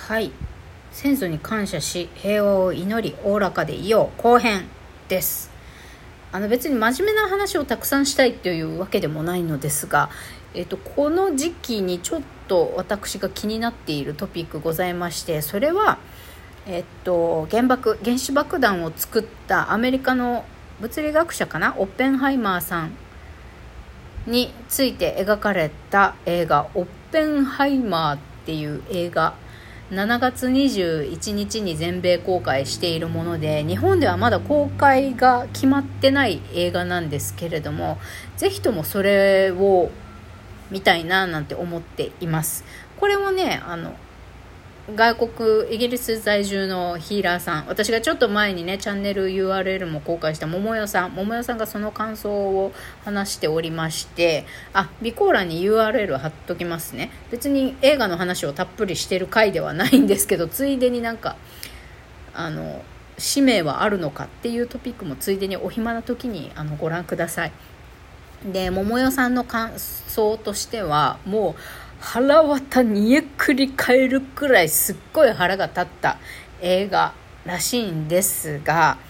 はい、先祖に感謝し平和を祈りおおらかでいよう後編です。別に真面目な話をたくさんしたいというわけでもないのですが、この時期にちょっと私が気になっているトピックございまして、それは原子爆弾を作ったアメリカの物理学者かな、オッペンハイマーさんについて描かれた映画オッペンハイマーっていう映画、7月21日に全米公開しているもので、日本ではまだ公開が決まってない映画なんですけれども、ぜひともそれを見たいななんて思っています。これもね、イギリス在住のヒーラーさん、私がちょっと前にねチャンネル URL も公開した桃代さんがその感想を話しておりまして、備考欄に URL 貼っときますね。別に映画の話をたっぷりしてる回ではないんですけど、ついでに使命はあるのかっていうトピックもついでにお暇な時にご覧ください。で、桃代さんの感想としては、もう腹渡煮えくり返るくらいすっごい腹が立った映画らしいんですが、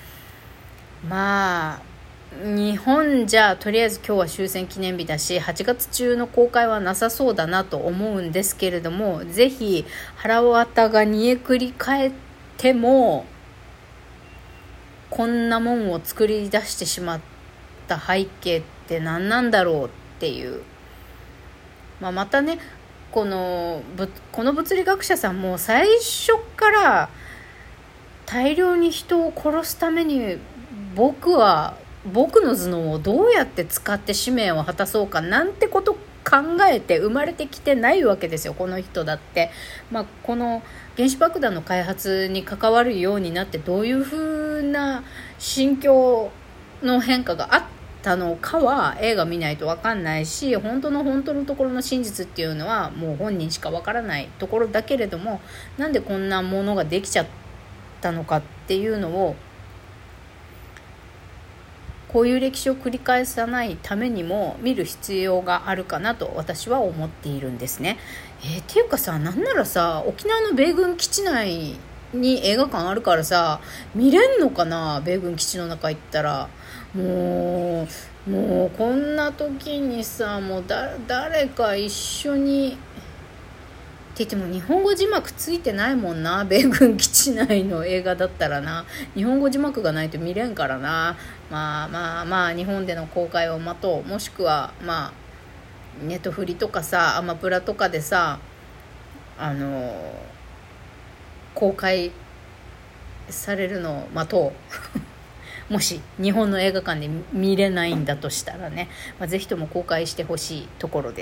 日本じゃとりあえず今日は終戦記念日だし、8月中の公開はなさそうだなと思うんですけれども、ぜひ腹渡が煮えくり返ってもこんなもんを作り出してしまった背景って何なんだろうっていう、またね、この物理学者さんも最初から大量に人を殺すために僕の頭脳をどうやって使って使命を果たそうかなんてこと考えて生まれてきてないわけですよ、この人だって。この原子爆弾の開発に関わるようになってどういう風な心境の変化があったのかは映画見ないと分かんないし、本当のところの真実っていうのはもう本人しか分からないところだけれども、なんでこんなものができちゃったのかっていうのを、こういう歴史を繰り返さないためにも見る必要があるかなと私は思っているんですね。っていうかさ、なんならさ、沖縄の米軍基地内に映画館あるからさ、見れんのかな、米軍基地の中行ったら。もうこんな時にさ、もう誰か一緒にって言っても日本語字幕ついてないもんな、米軍基地内の映画だったらな。日本語字幕がないと見れんからな。日本での公開を待とう。もしくはネットフリとかさ、アマプラとかでさ、公開されるのを待とうもし日本の映画館で見れないんだとしたらね、ぜひとも公開してほしいところです。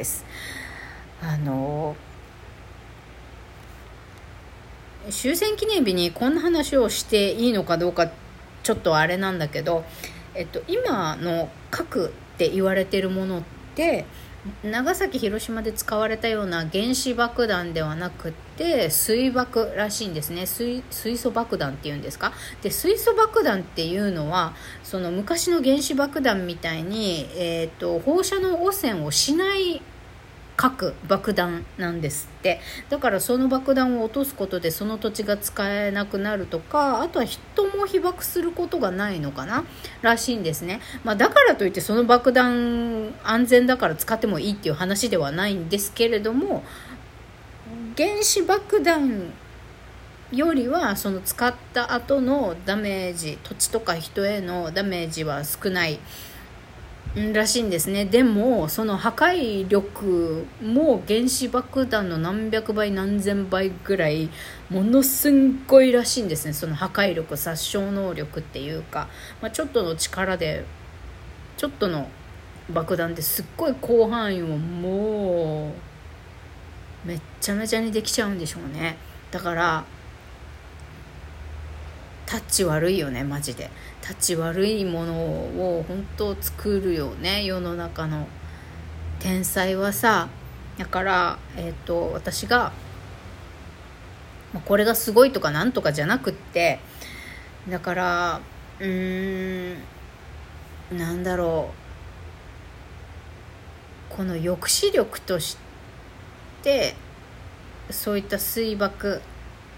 終戦記念日にこんな話をしていいのかどうかちょっとあれなんだけど、今の核って言われているものって長崎広島で使われたような原子爆弾ではなくて水爆らしいんですね。水素爆弾っていうんですか。で、水素爆弾っていうのはその昔の原子爆弾みたいに、放射能汚染をしない核爆弾なんですって。だからその爆弾を落とすことでその土地が使えなくなるとか、あとは人も被爆することがないのかならしいんですね。だからといってその爆弾安全だから使ってもいいっていう話ではないんですけれども、原子爆弾よりはその使った後のダメージ、土地とか人へのダメージは少ないらしいんですね。でもその破壊力も原子爆弾の何百倍何千倍ぐらいものすんごいらしいんですね。その破壊力、殺傷能力っていうか、ちょっとの力でちょっとの爆弾ですっごい広範囲をもうめっちゃめちゃにできちゃうんでしょうね。だからタッチ悪いよね、マジで。タッチ悪いものを本当作るよね、世の中の天才はさ。だから、私がこれがすごいとかなんとかじゃなくって、だからなんだろう、この抑止力としてそういった水爆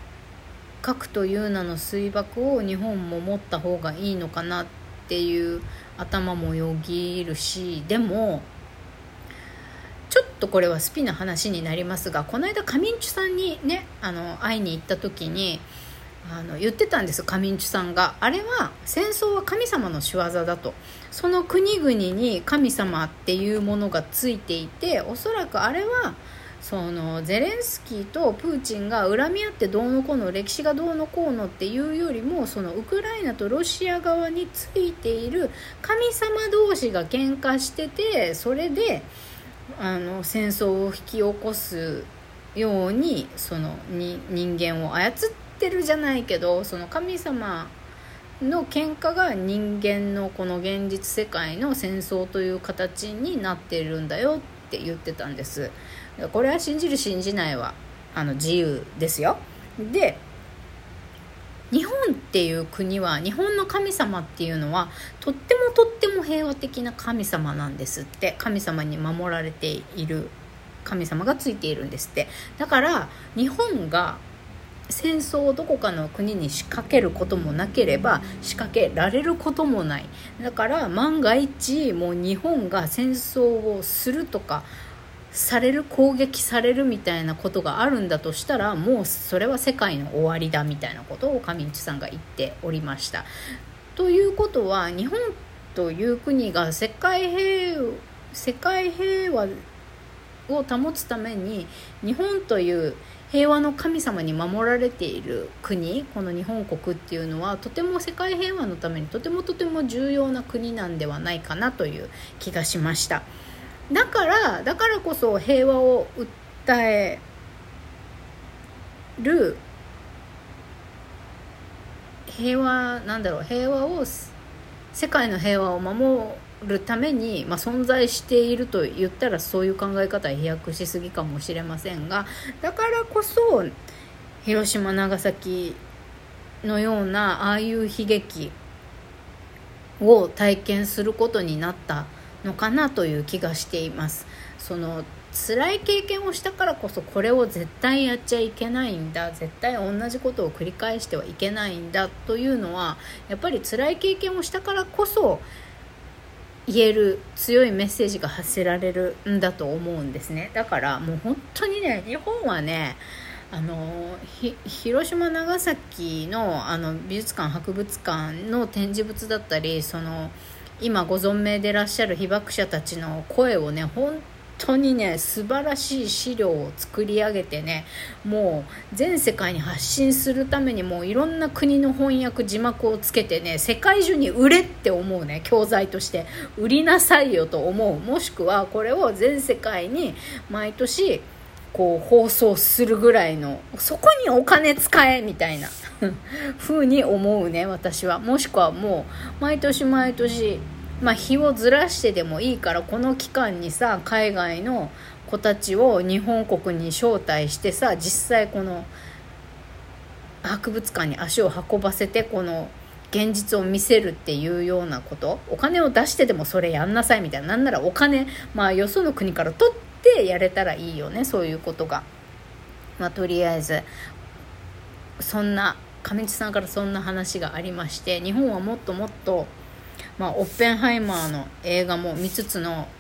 核という名の水爆を日本も持った方がいいのかなっていう頭もよぎるし、でもちょっとこれはスピな話になりますが、この間カミンチュさんにね会いに行った時に言ってたんです。カミンチュさんが、あれは戦争は神様の仕業だと、その国々に神様っていうものがついていて、おそらくあれはそのゼレンスキーとプーチンが恨み合ってどうのこうの、歴史がどうのこうのっていうよりも、そのウクライナとロシア側についている神様同士が喧嘩してて、それで戦争を引き起こすように人間を操ってるじゃないけど、その神様の喧嘩が人間のこの現実世界の戦争という形になってるんだよって言ってたんです。これは信じる信じないは自由ですよ。で、日本っていう国は、日本の神様っていうのはとっても平和的な神様なんですって。神様に守られている神様がついているんですって。だから日本が戦争をどこかの国に仕掛けることもなければ仕掛けられることもない。だから万が一もう日本が戦争をするとかされる、攻撃されるみたいなことがあるんだとしたら、もうそれは世界の終わりだみたいなことを上市さんが言っておりました。ということは、日本という国が世界平和を保つために、日本という平和の神様に守られている国、この日本国っていうのはとても世界平和のためにとても重要な国なんではないかなという気がしました。だからこそ平和を訴える、平和を、世界の平和を守るために、存在していると言ったらそういう考え方は飛躍しすぎかもしれませんが、だからこそ広島長崎のようなああいう悲劇を体験することになったのかなという気がしています。その辛い経験をしたからこそ、これを絶対やっちゃいけないんだ、絶対同じことを繰り返してはいけないんだというのは、やっぱり辛い経験をしたからこそ言える強いメッセージが発せられるんだと思うんですね。だからもう本当にね、日本はね、広島長崎の美術館博物館の展示物だったり、今ご存命でいらっしゃる被爆者たちの声をね、本当にね素晴らしい資料を作り上げてね、もう全世界に発信するためにもういろんな国の翻訳字幕をつけてね、世界中に売れって思うね、教材として売りなさいよと思う。もしくはこれを全世界に毎年こう放送するぐらいの、そこにお金使えみたいな風に思うね、私は。もしくはもう毎年日をずらしてでもいいから、この期間にさ、海外の子たちを日本国に招待してさ、実際この博物館に足を運ばせて、この現実を見せるっていうようなこと、お金を出してでもそれやんなさいみたいな、なんならお金よその国から取ってやれたらいいよね、そういうことが。とりあえずそんな上地さんからそんな話がありまして、日本はもっとオッペンハイマーの映画も見つつの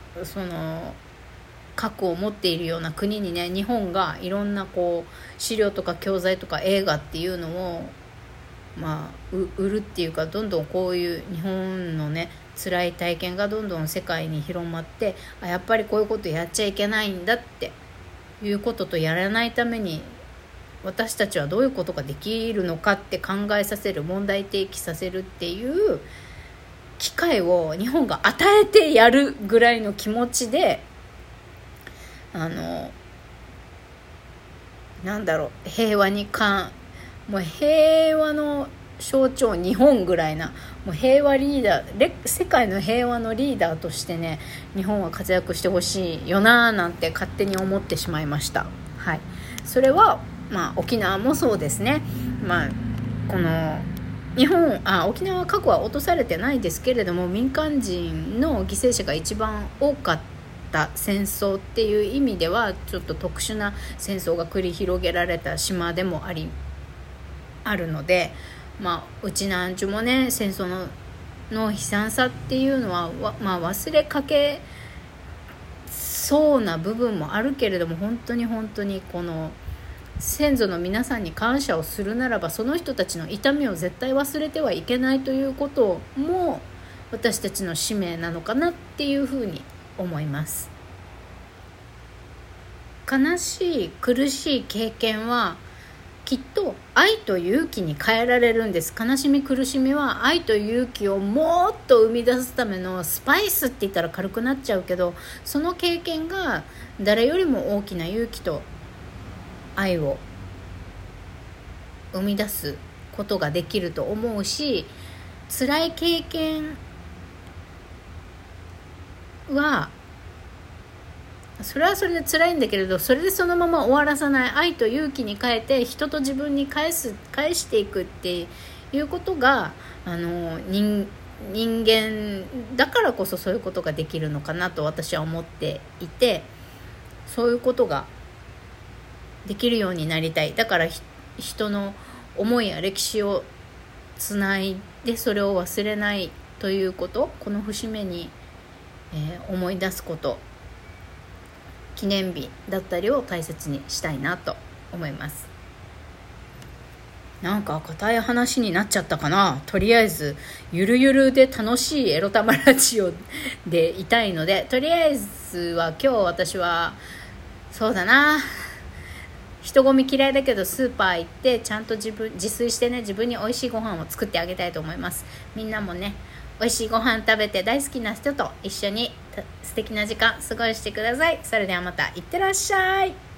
核を持っているような国にね、日本がいろんな資料とか教材とか映画っていうのを売るっていうか、どんどんこういう日本のね辛い体験がどんどん世界に広まって、やっぱりこういうことやっちゃいけないんだっていうことと、やらないために私たちはどういうことができるのかって考えさせる、問題提起させるっていう機会を日本が与えてやるぐらいの気持ちで、平和にもう平和の象徴日本ぐらいな、もう平和リーダー、世界の平和のリーダーとしてね、日本は活躍してほしいよななんて勝手に思ってしまいました。はい、それは沖縄もそうですね。この沖縄は核は落とされてないですけれども、民間人の犠牲者が一番多かった戦争っていう意味ではちょっと特殊な戦争が繰り広げられた島でもありあるので、うちなんちゅもね、戦争の悲惨さっていうのは忘れかけそうな部分もあるけれども、本当にこの先祖の皆さんに感謝をするならば、その人たちの痛みを絶対忘れてはいけないということも私たちの使命なのかなっていうふうに思います。悲しい苦しい経験はきっと愛と勇気に変えられるんです。悲しみ苦しみは愛と勇気をもっと生み出すためのスパイスって言ったら軽くなっちゃうけど、その経験が誰よりも大きな勇気と愛を生み出すことができると思うし、辛い経験はそれはそれで辛いんだけれど、それでそのまま終わらさない、愛と勇気に変えて人と自分に返していくっていうことが人間だからこそそういうことができるのかなと私は思っていて、そういうことができるようになりたい。だから人の思いや歴史をつないでそれを忘れないということ、この節目に、思い出すこと、記念日だったりを大切にしたいなと思います。なんか固い話になっちゃったかな。とりあえずゆるゆるで楽しいエロ玉ラジオでいたいので、とりあえずは今日私はそうだな、人混み嫌いだけどスーパー行ってちゃんと自炊してね、自分に美味しいご飯を作ってあげたいと思います。みんなもね、美味しいご飯食べて大好きな人と一緒に素敵な時間過ごしてください。それではまた、いってらっしゃい。